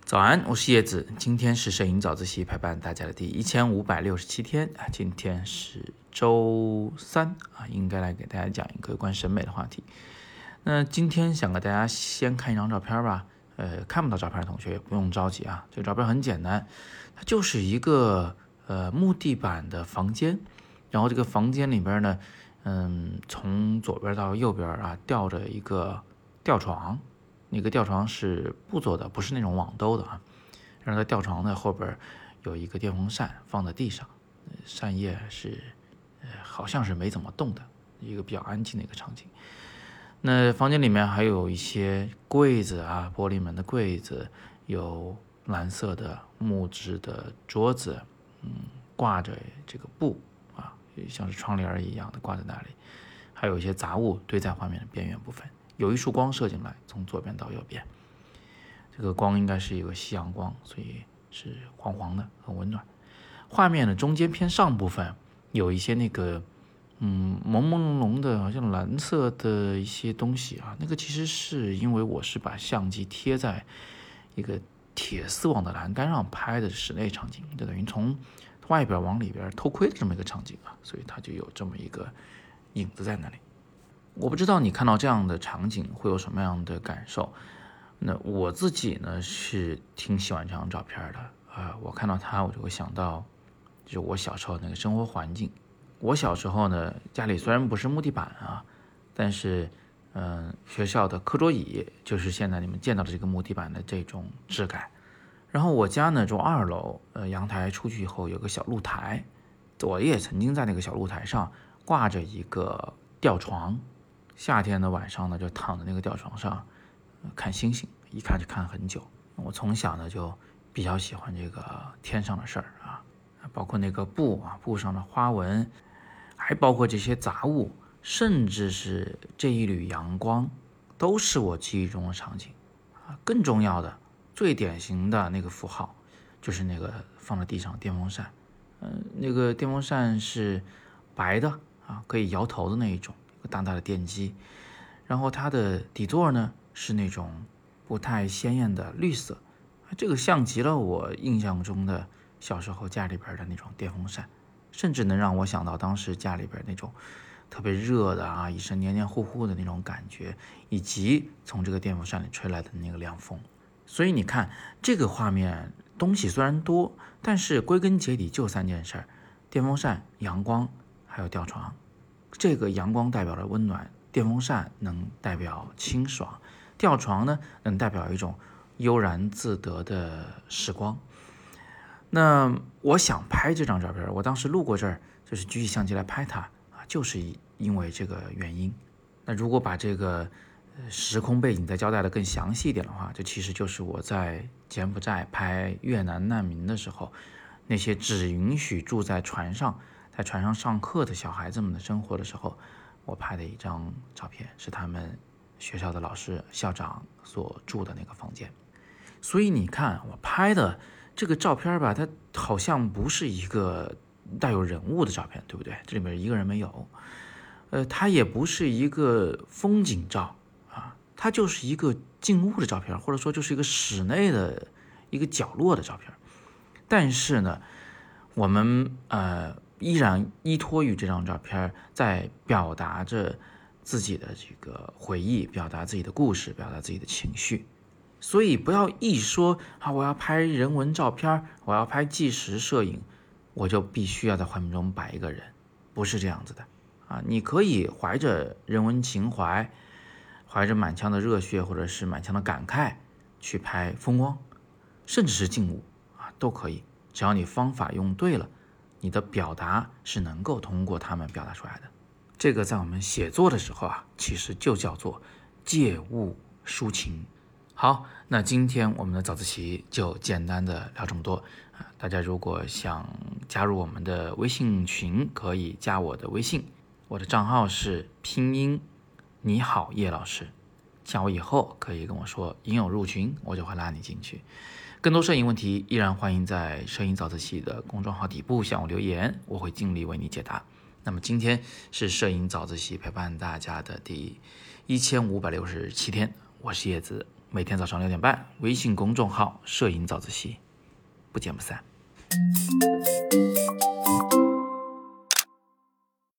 早安，我是叶子。今天是摄影早自习陪伴大家的第1567天啊，今天是周三啊，应该来给大家讲一个关于审美的话题。那今天想给大家先看一张照片吧，看不到照片的同学也不用着急啊，这个照片很简单，它就是一个木地板的房间，然后这个房间里边呢，从左边到右边啊吊着一个吊床。那个吊床是布做的，不是那种网兜的啊。然后它吊床的后边有一个电风扇放在地上，扇叶是好像是没怎么动的，一个比较安静的一个场景。那房间里面还有一些柜子啊，玻璃门的柜子，有蓝色的木质的桌子，挂着这个布啊，像是窗帘一样的挂在那里，还有一些杂物堆在画面的边缘部分。有一束光射进来，从左边到右边，这个光应该是一个夕阳光，所以是黄黄的，很温暖。画面的中间偏上部分有一些那个朦朦胧胧的，好像蓝色的一些东西啊，那个其实是因为我是把相机贴在一个铁丝网的栏杆上拍的室内场景，就等于从外边往里边偷窥的这么一个场景啊，所以它就有这么一个影子在那里。我不知道你看到这样的场景会有什么样的感受。那我自己呢是挺喜欢这张照片的我看到它我就会想到就我小时候那个生活环境。我小时候呢家里虽然不是木地板啊，但是学校的课桌椅就是现在你们见到的这个木地板的这种质感。然后我家呢住2楼，阳台出去以后有个小露台，我也曾经在那个小露台上挂着一个吊床。夏天的晚上呢，就躺在那个吊床上看星星，一看就看很久。我从小呢就比较喜欢这个天上的事儿啊，包括那个布啊，布上的花纹，还包括这些杂物，甚至是这一缕阳光，都是我记忆中的场景啊。更重要的，最典型的那个符号，就是那个放在地上的电风扇。那个电风扇是白的啊，可以摇头的那一种。大大的电机，然后它的底座呢是那种不太鲜艳的绿色，这个像极了我印象中的小时候家里边的那种电风扇，甚至能让我想到当时家里边那种特别热的啊，一身黏黏糊糊的那种感觉，以及从这个电风扇里吹来的那个凉风。所以你看这个画面东西虽然多，但是归根结底就3件事：电风扇、阳光还有吊床。这个阳光代表了温暖，电风扇能代表清爽，吊床呢能代表一种悠然自得的时光。那我想拍这张照片，我当时路过这儿就是举起相机来拍它啊，就是因为这个原因。那如果把这个时空背景再交代的更详细一点的话，这其实就是我在柬埔寨拍越南难民的时候，那些只允许住在船上，在船上上课的小孩子们的生活的时候，我拍的一张照片，是他们学校的老师校长所住的那个房间。所以你看我拍的这个照片吧，它好像不是一个带有人物的照片，对不对？这里面一个人没有。它也不是一个风景照啊，它就是一个静物的照片，或者说就是一个室内的一个角落的照片。但是呢，我们依然依托于这张照片，在表达着自己的这个回忆，表达自己的故事，表达自己的情绪。所以不要一说我要拍人文照片，我要拍纪实摄影，我就必须要在画面中摆一个人，不是这样子的啊！你可以怀着人文情怀，怀着满腔的热血或者是满腔的感慨去拍风光，甚至是静物啊，都可以，只要你方法用对了，你的表达是能够通过他们表达出来的。这个在我们写作的时候其实就叫做借物抒情。好，那今天我们的早自习就简单的聊这么多大家如果想加入我们的微信群，可以加我的微信，我的账号是拼音你好叶老师，加我以后可以跟我说应有入群，我就会拉你进去。更多摄影问题依然欢迎在摄影早自习的公众号底部向我留言，我会尽力为你解答。那么今天是摄影早自习陪伴大家的第1567天，我是叶子， 每天早上6点半，微信公众号摄影早自习，不见不散。